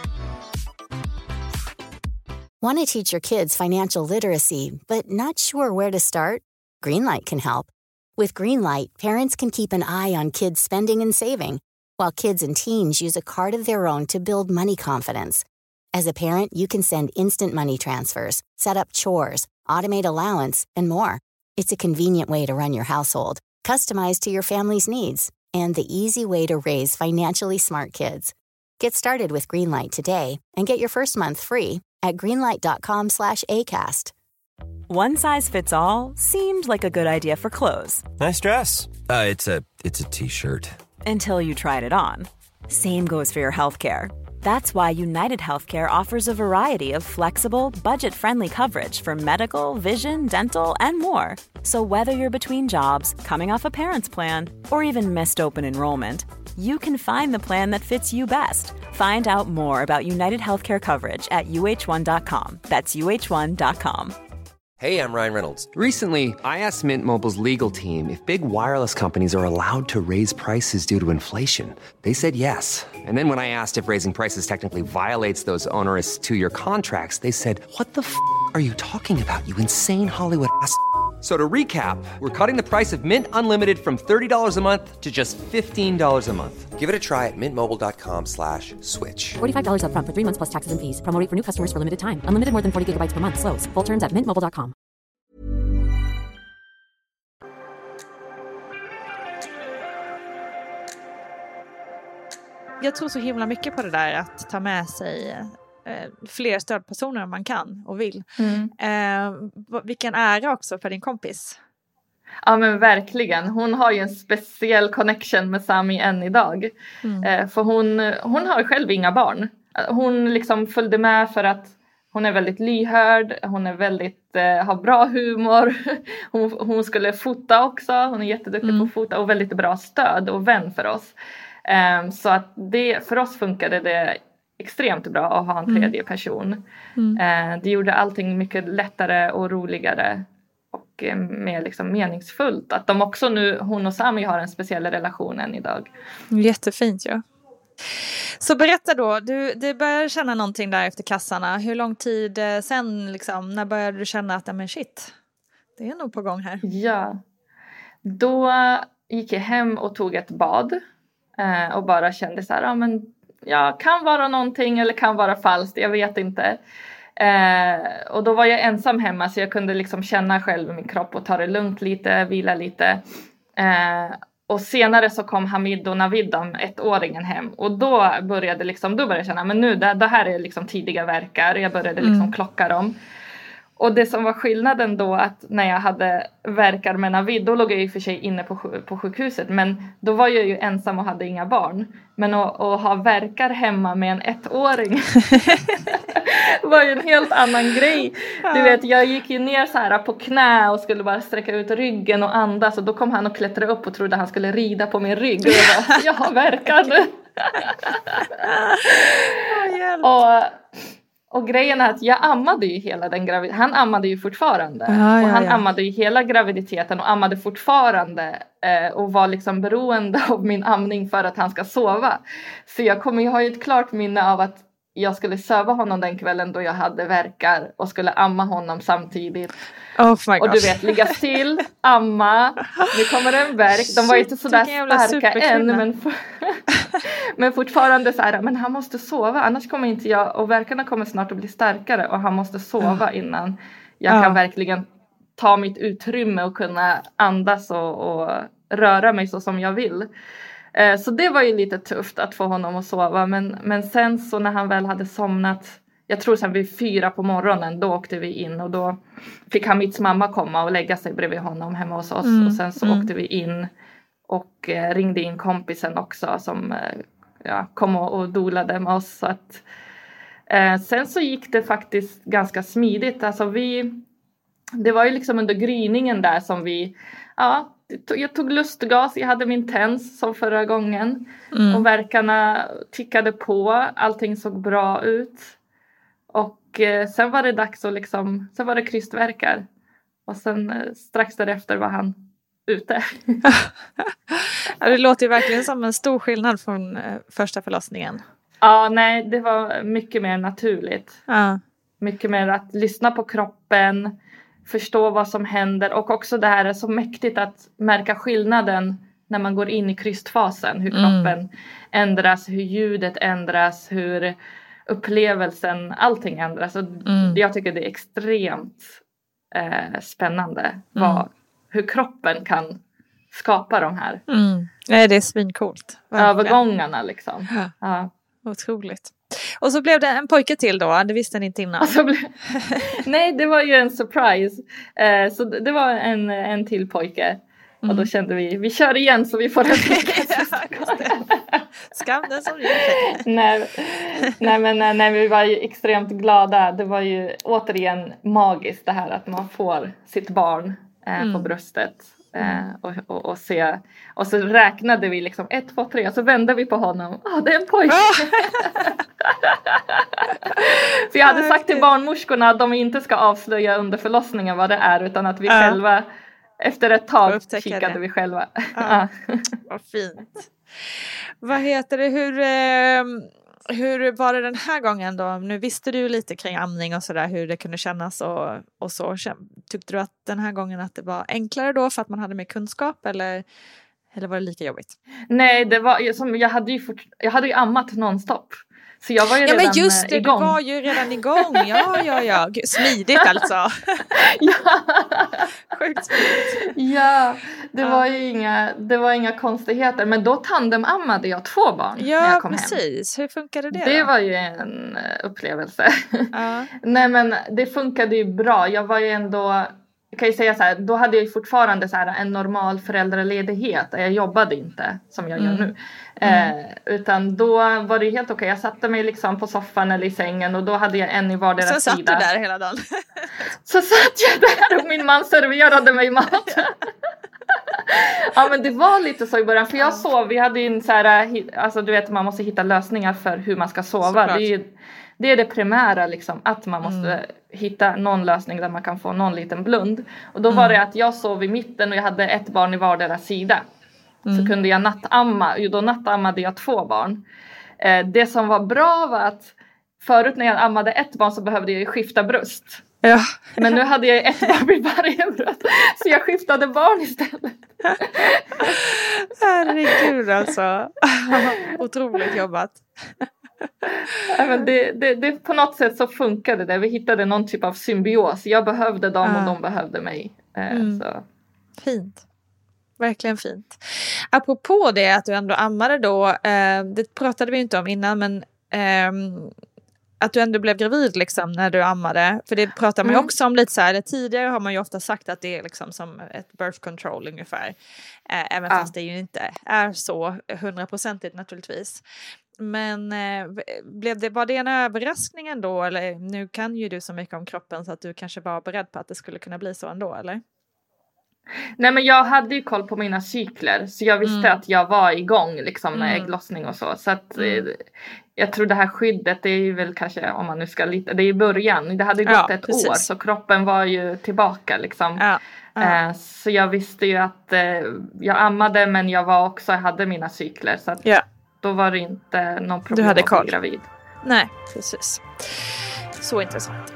F: Want to teach your kids financial literacy, but not sure where to start? Greenlight can help. With Greenlight, parents can keep an eye on kids' spending and saving, while kids and teens use a card of their own to build money confidence. As a parent, you can send instant money transfers, set up chores, automate allowance, and more. It's a convenient way to run your household, customized to your family's needs, and the easy way to raise financially smart kids. Get started with Greenlight today and get your first month free at greenlight.com/ACAST.
B: One size fits all seemed like a good idea for clothes.
J: Nice dress. It's a t-shirt.
B: Until you tried it on. Same goes for your healthcare. That's why United Healthcare offers a variety of flexible, budget-friendly coverage for medical, vision, dental, and more. So whether you're between jobs, coming off a parent's plan, or even missed open enrollment, you can find the plan that fits you best. Find out more about United Healthcare coverage at uh1.com. That's uh1.com.
C: Hey, I'm Ryan Reynolds. Recently, I asked Mint Mobile's legal team if big wireless companies are allowed to raise prices due to inflation. They said yes. And then when I asked if raising prices technically violates those onerous 2-year contracts, they said, "What the f*** are you talking about, you insane Hollywood ass?" So to recap, we're cutting the price of Mint Unlimited from $30 a month to just $15 a month. Give it a try at mintmobile.com/switch.
E: $45 up front for 3 months plus taxes and fees. Promo rate for new customers for limited time. Unlimited more than 40 gigabytes per month. Slows full terms at mintmobile.com.
H: Jag tror så himla mycket på det där att ta med sig fler stödpersoner om man kan och vill. Vilken ära också för din kompis.
G: Ja men verkligen. Hon har ju en speciell connection med Sami än idag. För hon har själv inga barn. Hon liksom följde med för att hon är väldigt lyhörd. Hon är väldigt, har bra humor. Hon skulle fota också. Hon är jätteduktig på att fota och väldigt bra stöd och vän för oss. Så att för oss funkade det extremt bra att ha en tredje person. Det gjorde allting mycket lättare och roligare och mer liksom meningsfullt. Att de också nu, hon och Sami har en speciell relation än idag.
H: Jättefint, ja. Så berätta då, du började känna någonting där efter kassarna. Hur lång tid sen liksom, när började du känna att men shit, det är nog på gång här?
G: Ja, då gick jag hem och tog ett bad och bara kände så här, ja men jag kan vara någonting eller kan vara falskt, jag vet inte. Och då var jag ensam hemma så jag kunde liksom känna själv min kropp och ta det lugnt lite, vila lite. Och senare så kom Hamid och Navid, 1-åringen, hem. Och då började jag känna, men nu det här är liksom tidiga verkar. Jag började liksom klocka dem. Och det som var skillnaden då, att när jag hade verkar med Navid, då låg jag i och för sig inne på sjukhuset. Men då var jag ju ensam och hade inga barn. Men att ha verkar hemma med en 1-åring var ju en helt annan grej. Du vet, jag gick ju ner så här på knä och skulle bara sträcka ut ryggen och andas. Och då kom han och klättrade upp och trodde han skulle rida på min rygg. Och jag har verkar nu. Och grejen är att jag ammade ju hela den graviditeten. Han ammade ju fortfarande. Och han ammade ju hela graviditeten och ammade fortfarande. Och var liksom beroende av min amning för att han ska sova. Så jag har ju ett klart minne av att jag skulle söva honom den kvällen då jag hade verkar. Och skulle amma honom samtidigt.
H: Oh my
G: och du vet, ligga still, amma. Nu kommer en verk. De var inte sådär starka än. Men fortfarande så här, men han måste sova. Annars kommer inte jag, och verkarna kommer snart att bli starkare. Och han måste sova innan jag kan verkligen ta mitt utrymme och kunna andas och röra mig så som jag vill. Så det var ju lite tufft att få honom att sova. Men sen så när han väl hade somnat, jag tror sen vid 4 på morgonen, då åkte vi in. Och då fick Hamids mamma komma och lägga sig bredvid honom hemma hos oss. Och sen så åkte vi in och ringde in kompisen också som kom och dolade med oss. Så att, sen så gick det faktiskt ganska smidigt. Alltså det var ju liksom under gryningen där som jag tog lustgas, jag hade min TENS som förra gången. Och verkarna tickade på, allting såg bra ut. Och sen var det dags att sen var det krystverkar. Och sen strax därefter var han ute.
H: Det låter ju verkligen som en stor skillnad från första förlossningen.
G: Ja, nej, det var mycket mer naturligt. Mycket mer att lyssna på kroppen, förstå vad som händer. Och också det här är så mäktigt att märka skillnaden när man går in i krystfasen. Hur kroppen ändras, hur ljudet ändras, hur upplevelsen, allting ändras. Och jag tycker det är extremt spännande hur kroppen kan skapa de här
H: Nej, det är svincoolt.
G: övergångarna liksom.
H: Ja. Otroligt. Och så blev det en pojke till då, det visste ni inte innan.
G: Nej, det var ju en surprise. Så det var en till pojke. Och då kände vi kör igen så vi får en
H: skam den som gjorde.
G: Nej, vi var ju extremt glada. Det var ju återigen magiskt det här att man får sitt barn på bröstet. Och se. Och så räknade vi liksom 1, 2, 3. Och så vände vi på honom. Det är en pojke. För jag hade sagt till barnmorskorna att de inte ska avslöja under förlossningen vad det är. Utan att vi själva, efter ett tag kikade vi själva.
H: Vad fint. Vad heter det? Hur var det den här gången då? Nu visste du lite kring amning och sådär, hur det kunde kännas och så. Tyckte du att den här gången att det var enklare då för att man hade mer kunskap eller var det lika jobbigt?
G: Nej, det var som jag hade ju ammat nonstop. Så jag var ju redan igång. Ja, men just det,
H: du var ju redan igång. Ja. Smidigt alltså. Sjukt smidigt.
G: Ja, det var inga konstigheter. Men då tandemammade jag 2 barn när jag kom
H: precis. Hem. Hur funkade det
G: Det
H: då?
G: var ju en upplevelse. Nej, men det funkade ju bra. Jag var ju ändå... Kan jag säga så här, då hade jag fortfarande så här en normal föräldraledighet. Jag jobbade inte som jag gör nu. Utan då var det helt okej. Jag satte mig liksom på soffan eller i sängen. Och då hade jag en i vardera sida.
H: Så satt du där hela dagen?
G: Så satt jag där och min man serverade mig mat. Ja, men det var lite så i början. För jag sov, vi hade ju en så här, alltså du vet, man måste hitta lösningar för hur man ska sova. Det är det primära liksom, att man måste hitta någon lösning där man kan få någon liten blund. Och då var det att jag sov i mitten och jag hade ett barn i vardera sida. Så kunde jag nattamma, då nattammade jag 2 barn. Det som var bra var att förut när jag ammade ett barn så behövde jag ju skifta bröst.
H: Ja.
G: Men nu hade jag ett barn vid varje bröst. Så jag skiftade barn istället.
H: Herregud alltså. Otroligt jobbat.
G: Ja, men det på något sätt så funkade det. Vi hittade någon typ av symbios. Jag behövde dem och de behövde mig. Så.
H: Fint. Verkligen fint. Apropå det att du ändå ammade då. Det pratade vi inte om innan, men att du ändå blev gravid liksom när du ammade. För det pratar man ju också om lite så här. Tidigare har man ju ofta sagt att det är liksom som ett birth control ungefär. Även fast det ju inte är så 100% naturligtvis. Men var det en överraskning ändå? Eller nu kan ju du så mycket om kroppen så att du kanske var beredd på att det skulle kunna bli så ändå, eller?
G: Nej, men jag hade ju koll på mina cykler. Så jag visste att jag var igång liksom med ägglossning och så. Så att jag tror det här skyddet, det är ju väl kanske, om man nu ska lita, det är i början. Det hade ju gått ett år, så kroppen var ju tillbaka liksom. Så jag visste ju att jag ammade, men jag hade mina cykler. Så att då var det inte någon problem att bli gravid.
H: Nej, precis. Så intressant.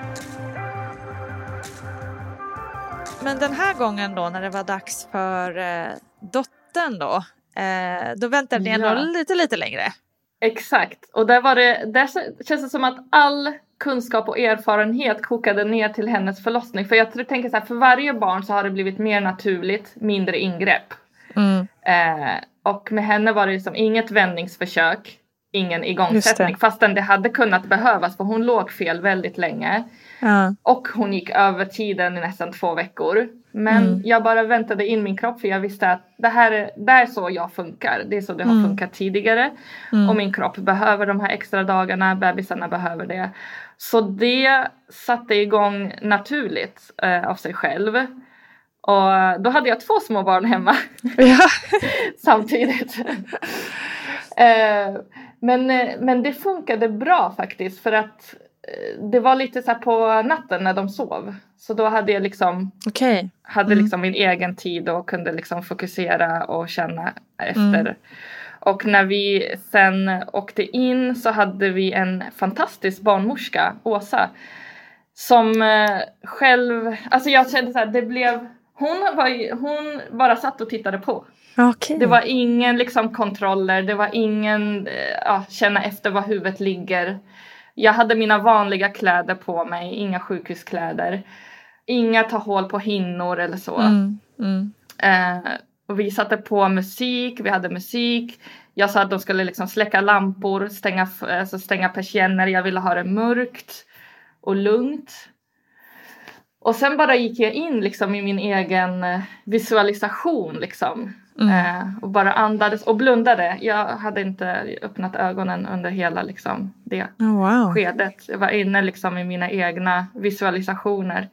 H: Men den här gången då, när det var dags för dottern då väntade ni ändå lite längre.
G: Exakt. Och där känns det som att all kunskap och erfarenhet kokade ner till hennes förlossning. För jag tänker så här, för varje barn så har det blivit mer naturligt, mindre ingrepp. Och med henne var det liksom inget vändningsförsök, ingen igångsättning. Fastän det hade kunnat behövas, för hon låg fel väldigt länge. Och hon gick över tiden i nästan 2 veckor. Men jag bara väntade in min kropp, för jag visste att det är så jag funkar. Det är så det har funkat tidigare. Och min kropp behöver de här extra dagarna, bebisarna behöver det. Så det satte igång naturligt av sig själv. Och då hade jag 2 små barn hemma samtidigt. Men det funkade bra faktiskt, för att det var lite så här på natten när de sov. Så då hade jag liksom liksom min egen tid och kunde liksom fokusera och känna efter. Och när vi sen åkte in så hade vi en fantastisk barnmorska, Åsa, som själv, alltså jag kände så här, hon bara satt och tittade på. Det var ingen liksom kontroller, det var ingen känna efter var huvudet ligger. Jag hade mina vanliga kläder på mig, inga sjukhuskläder. Inga ta hål på hinnor eller så. Och vi satte på musik, vi hade musik. Jag sa att de skulle liksom släcka lampor, stänga persienner. Jag ville ha det mörkt och lugnt. Och sen bara gick jag in liksom i min egen visualisation liksom. Och bara andades och blundade. Jag hade inte öppnat ögonen under hela liksom det skedet. Jag var inne liksom i mina egna visualisationer.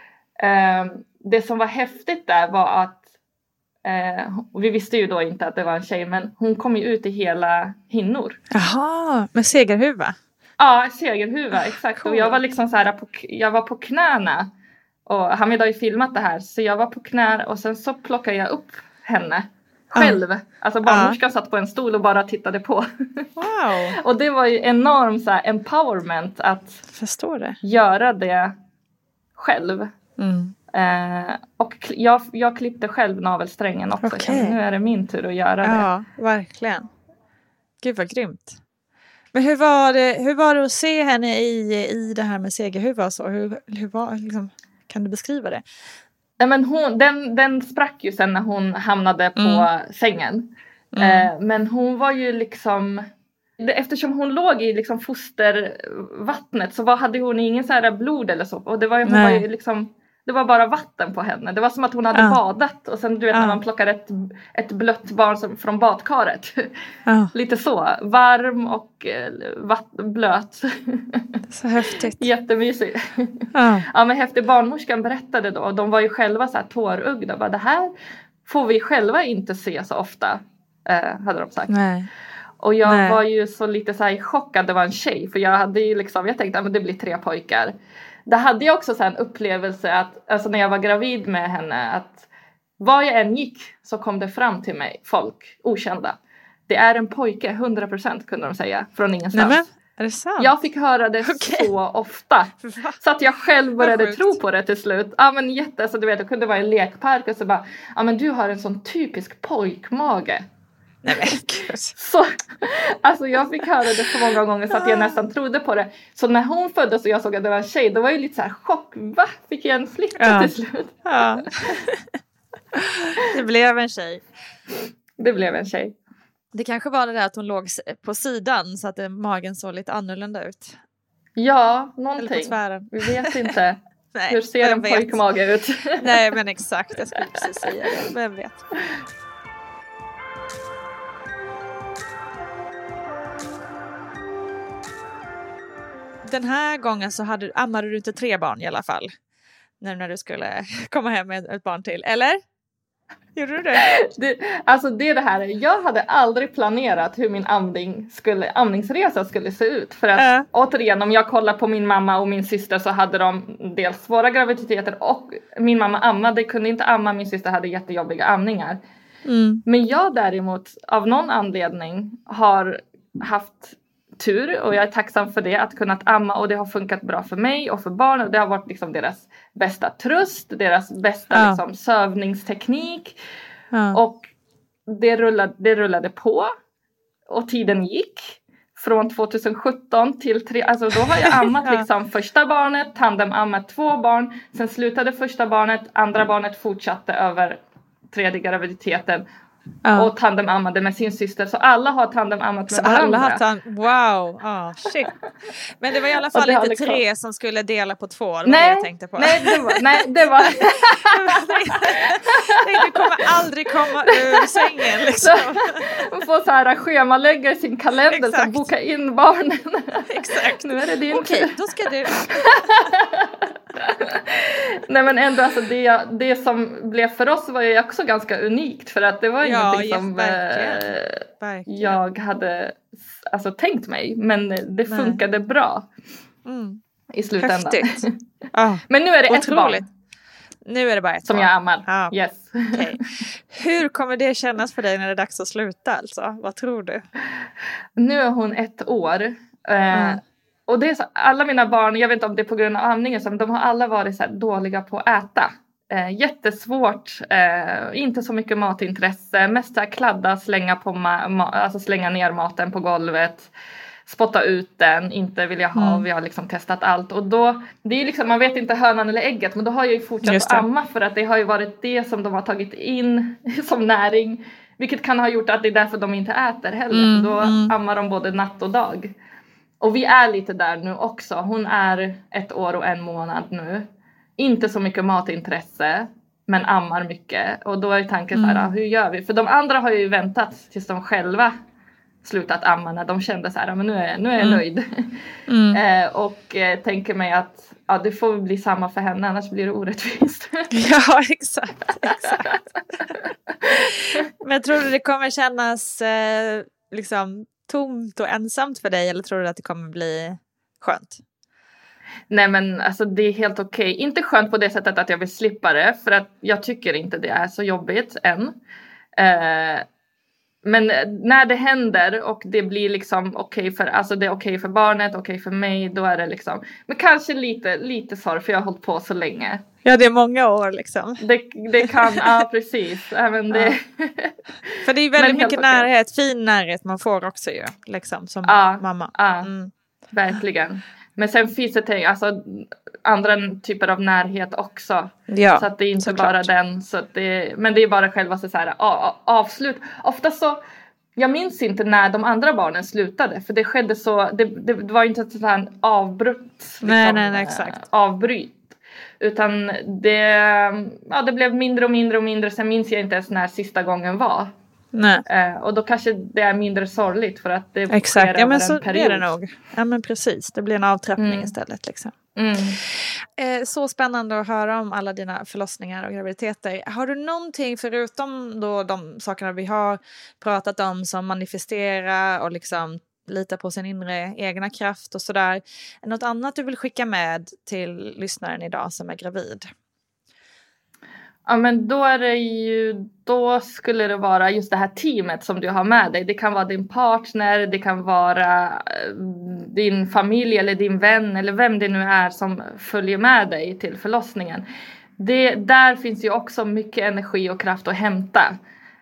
G: Det som var häftigt där var att och vi visste ju då inte att det var en tjej, men hon kom ju ut i hela hinnor.
H: Jaha, med segerhuva?
G: Ja, segerhuva, exakt. Cool. Och jag var liksom så här jag var på knäna. Och Hamid har ju filmat det här. Så jag var på knä och sen så plockade jag upp henne själv. Alltså barnmorskan satt på en stol och bara tittade på.
H: Wow.
G: Och det var ju enorm så här empowerment att göra det själv. Och jag klippte själv navelsträngen också. Nu är det min tur att göra det.
H: Ja, verkligen. Gud vad grymt. Men hur var det att se henne i det här med segerhuva och så? Hur var liksom, kan du beskriva det?
G: Men den sprack ju sen när hon hamnade på sängen. Men hon var ju liksom, eftersom hon låg i liksom fostervattnet så hade hon ingen så här blod eller så. Och det var ju liksom, det var bara vatten på henne. Det var som att hon hade badat. Och sen du vet när man plockar ett blött barn från badkaret. Lite så. Varm och blöt.
H: Så häftigt.
G: Jättemysigt. Ja, men häftig. Barnmorskan berättade då. De var ju själva så här tårögda. Bara, det här får vi själva inte se så ofta. Hade de sagt.
H: Nej.
G: Och jag var ju så lite så här chockad. Det var en tjej. För jag hade ju liksom, jag tänkte att det blir 3 pojkar. Det hade jag också så här en upplevelse att, alltså när jag var gravid med henne, att var jag än gick så kom det fram till mig folk, okända. Det är en pojke, 100% kunde de säga, från ingenstans.
H: Nej, men, är det sant?
G: Jag fick höra det så ofta. Så att jag själv började tro på det till slut. Ja men alltså du vet, jag kunde vara i en lekpark och så bara, ja men du har en sån typisk pojkmage.
H: Nej men gud.
G: Så, alltså jag fick höra det så många gånger så att jag nästan trodde på det. Så när hon föddes och jag såg att det var en tjej, då var jag lite så här chock. Va? Fick jag en flicka till slut?
H: Ja. Det blev en tjej.
G: Det blev en tjej.
H: Det kanske var det där att hon låg på sidan så att magen såg lite annorlunda ut.
G: Ja, någonting.
H: Eller på tvären.
G: Vi vet inte.
H: Nej,
G: hur ser en pojkmage ut?
H: Nej, men exakt. Jag skulle precis säga det. Vem vet? Den här gången så ammade du inte 3 barn i alla fall. När du skulle komma hem med ett barn till. Eller? Gjorde du det?
G: Det är det här. Jag hade aldrig planerat hur min amningsresa skulle se ut. För att återigen, om jag kollar på min mamma och min syster så hade de dels svåra graviditeter och min mamma ammade, kunde inte amma, min syster hade jättejobbiga amningar. Men jag däremot av någon anledning har haft tur och jag är tacksam för det, att kunna amma, och det har funkat bra för mig och för barnen, och det har varit liksom deras bästa tröst, deras bästa liksom sövningsteknik och det rullade på och tiden gick från 2017 till 3, alltså då har jag ammat liksom första barnet, tandemammat 2 barn, sen slutade första barnet, andra barnet fortsatte över 3:e graviditeten. Och tandemammade med sin syster. Så alla har tandemammat med varandra.
H: Alla har wow, shit. Men det var i alla fall inte 3 som skulle dela på 2. Det var det jag tänkte på.
G: Nej, det var
H: du kommer aldrig komma ur sängen liksom.
G: Man får så här schemalägga i sin kalender så boka in barnen.
H: Exakt.
G: Nu är det din
H: Okej, då ska du.
G: Nej men ändå alltså det som blev för oss var ju också ganska unikt, för att det var ingenting som verkligen. Jag hade alltså tänkt mig, men det funkade bra i slutändan.
H: Häftigt.
G: Men nu är det ett barn.
H: Nu är det bara ett
G: som
H: barn.
G: jag ammar. Yes.
H: Okay. Hur kommer det kännas för dig när det är dags att sluta alltså? Vad tror du?
G: Nu är hon 1 år. Och det är så, alla mina barn, jag vet inte om det är på grund av amningen, som de har alla varit så här dåliga på att äta. Jättesvårt, inte så mycket matintresse, mest så här kladda, slänga alltså slänga ner maten på golvet, spotta ut den, inte vilja ha, vi har liksom testat allt. Och då, det är liksom, man vet inte hönan eller ägget, men då har jag ju fortsatt att amma, för att det har ju varit det som de har tagit in som näring, vilket kan ha gjort att det är därför de inte äter heller, för då ammar de både natt och dag. Och vi är lite där nu också. Hon är 1 år och 1 månad nu. Inte så mycket matintresse, men ammar mycket. Och då är tanken så här, hur gör vi? För de andra har ju väntat tills de själva slutat amma, när de kände så här, men nu är jag nöjd. Och tänker mig att det får bli samma för henne, annars blir det orättvist.
H: Ja, exakt. Men tror du det kommer kännas liksom tomt och ensamt för dig, eller tror du att det kommer bli skönt?
G: Nej men alltså det är helt okej. Inte skönt på det sättet att jag vill slippa det, för att jag tycker inte det är så jobbigt än. Men när det händer och det blir liksom okej för, alltså det är okej för barnet, okej för mig, då är det liksom, men kanske lite sorg, för jag har hållit på så länge.
H: Ja, det är många år liksom.
G: Det kan, ja precis. Även det.
H: För det är väldigt mycket närhet, fin närhet man får också ju, liksom som mamma.
G: Ja, verkligen. Men sen finns det alltså andra typer av närhet också. Ja, så att det är inte bara den. Så att men det är bara själva så här, avslut. Ofta så, jag minns inte när de andra barnen slutade. För det skedde så, det var inte ett sånt här avbrutt. Liksom,
H: nej, exakt.
G: Avbryt. Utan det blev mindre och mindre och mindre. Sen minns jag inte ens när sista gången var.
H: Nej.
G: Och då kanske det är mindre sorgligt, för att det
H: exakt.
G: sker över
H: men
G: en
H: så
G: period.
H: Är det nog. Ja men precis, det blir en avtrappning istället liksom. Så spännande att höra om alla dina förlossningar och graviditeter. Har du någonting förutom då de sakerna vi har pratat om, som manifestera och liksom lita på sin inre egna kraft och sådär, något annat du vill skicka med till lyssnaren idag som är gravid?
G: Ja, men då skulle det vara just det här teamet som du har med dig. Det kan vara din partner, det kan vara din familj eller din vän eller vem det nu är som följer med dig till förlossningen. Där finns ju också mycket energi och kraft att hämta.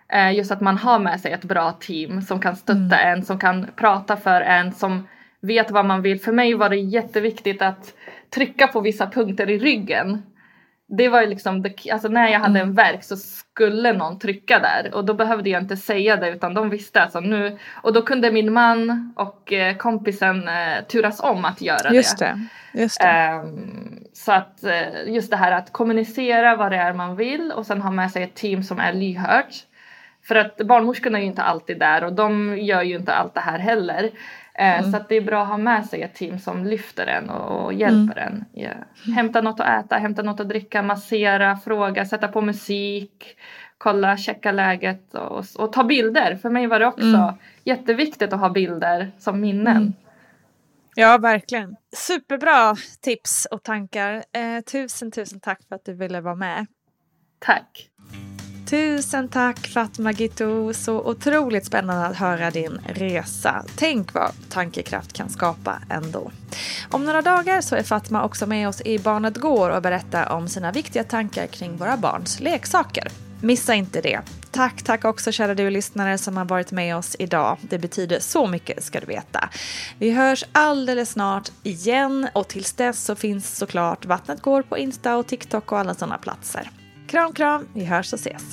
G: Just att man har med sig ett bra team som kan stötta en, som kan prata för en, som vet vad man vill. För mig var det jätteviktigt att trycka på vissa punkter i ryggen. Det var ju liksom, alltså när jag hade en värk så skulle någon trycka där. Och då behövde jag inte säga det, utan de visste alltså nu. Och då kunde min man och kompisen turas om att göra
H: Just
G: det.
H: Så
G: att just det här att kommunicera vad det är man vill. Och sen ha med sig ett team som är lyhört. För att barnmorskorna är ju inte alltid där. Och de gör ju inte allt det här heller. Så att det är bra att ha med sig ett team som lyfter en och hjälper en. Yeah. Hämta något att äta, hämta något att dricka, massera, fråga, sätta på musik, kolla, checka läget och ta bilder. För mig var det också jätteviktigt att ha bilder som minnen.
H: Ja, verkligen. Superbra tips och tankar. Tusen tack för att du ville vara med.
G: Tack.
H: Tusen tack Fatma Gitto, så otroligt spännande att höra din resa. Tänk vad tankekraft kan skapa ändå. Om några dagar så är Fatma också med oss i Barnet Går och berättar om sina viktiga tankar kring våra barns leksaker. Missa inte det. Tack också kära du lyssnare som har varit med oss idag. Det betyder så mycket, ska du veta. Vi hörs alldeles snart igen och tills dess så finns såklart Vattnet Går på Insta och TikTok och alla sådana platser. Kram, vi hörs och ses.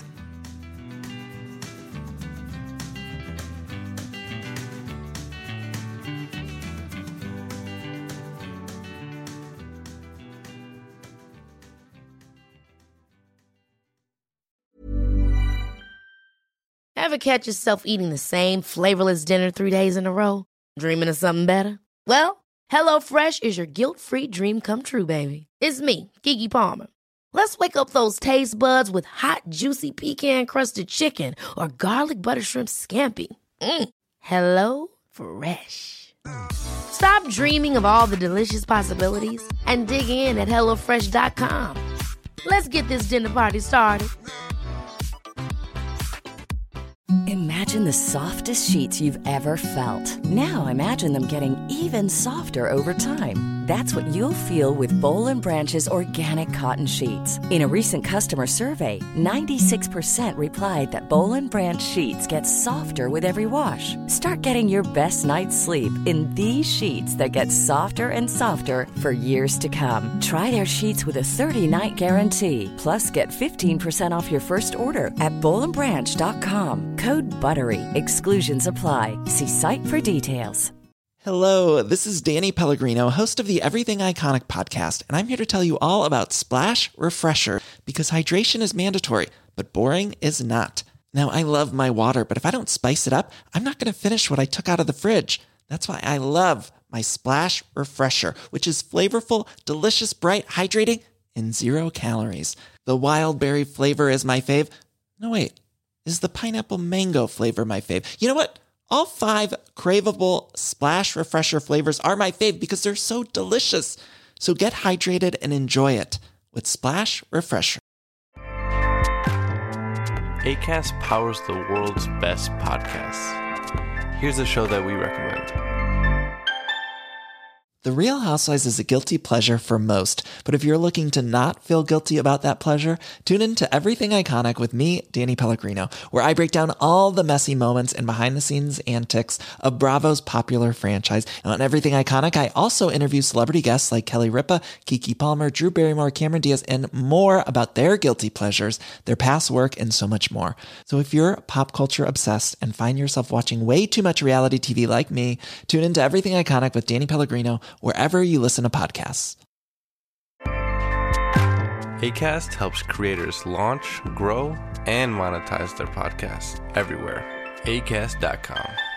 A: Ever catch yourself eating the same flavorless dinner 3 days in a row? Dreaming of something better? Well, HelloFresh is your guilt-free dream come true, baby. It's me, Keke Palmer. Let's wake up those taste buds with hot, juicy pecan-crusted chicken or garlic butter shrimp scampi. Hello Fresh. Stop dreaming of all the delicious possibilities and dig in at HelloFresh.com. Let's get this dinner party started.
K: Imagine the softest sheets you've ever felt. Now imagine them getting even softer over time. That's what you'll feel with Boll & Branch's organic cotton sheets. In a recent customer survey, 96% replied that Boll & Branch sheets get softer with every wash. Start getting your best night's sleep in these sheets that get softer and softer for years to come. Try their sheets with a 30-night guarantee. Plus, get 15% off your first order at bollandbranch.com. Code BUTTERY. Exclusions apply. See site for details.
L: Hello, this is Danny Pellegrino, host of the Everything Iconic podcast, and I'm here to tell you all about Splash Refresher, because hydration is mandatory, but boring is not. Now, I love my water, but if I don't spice it up, I'm not going to finish what I took out of the fridge. That's why I love my Splash Refresher, which is flavorful, delicious, bright, hydrating, and 0 calories. The wild berry flavor is my fave. No, wait. Is the pineapple mango flavor my fave? You know what? All 5 craveable Splash Refresher flavors are my fave because they're so delicious. So get hydrated and enjoy it with Splash Refresher.
M: Acast powers the world's best podcasts. Here's a show that we recommend.
L: The Real Housewives is a guilty pleasure for most, but if you're looking to not feel guilty about that pleasure, tune in to Everything Iconic with me, Danny Pellegrino, where I break down all the messy moments and behind-the-scenes antics of Bravo's popular franchise. And on Everything Iconic, I also interview celebrity guests like Kelly Ripa, Keke Palmer, Drew Barrymore, Cameron Diaz, and more about their guilty pleasures, their past work, and so much more. So if you're pop culture obsessed and find yourself watching way too much reality TV like me, tune into Everything Iconic with Danny Pellegrino, wherever you listen to podcasts.
M: Acast helps creators launch, grow, and monetize their podcasts everywhere. Acast.com.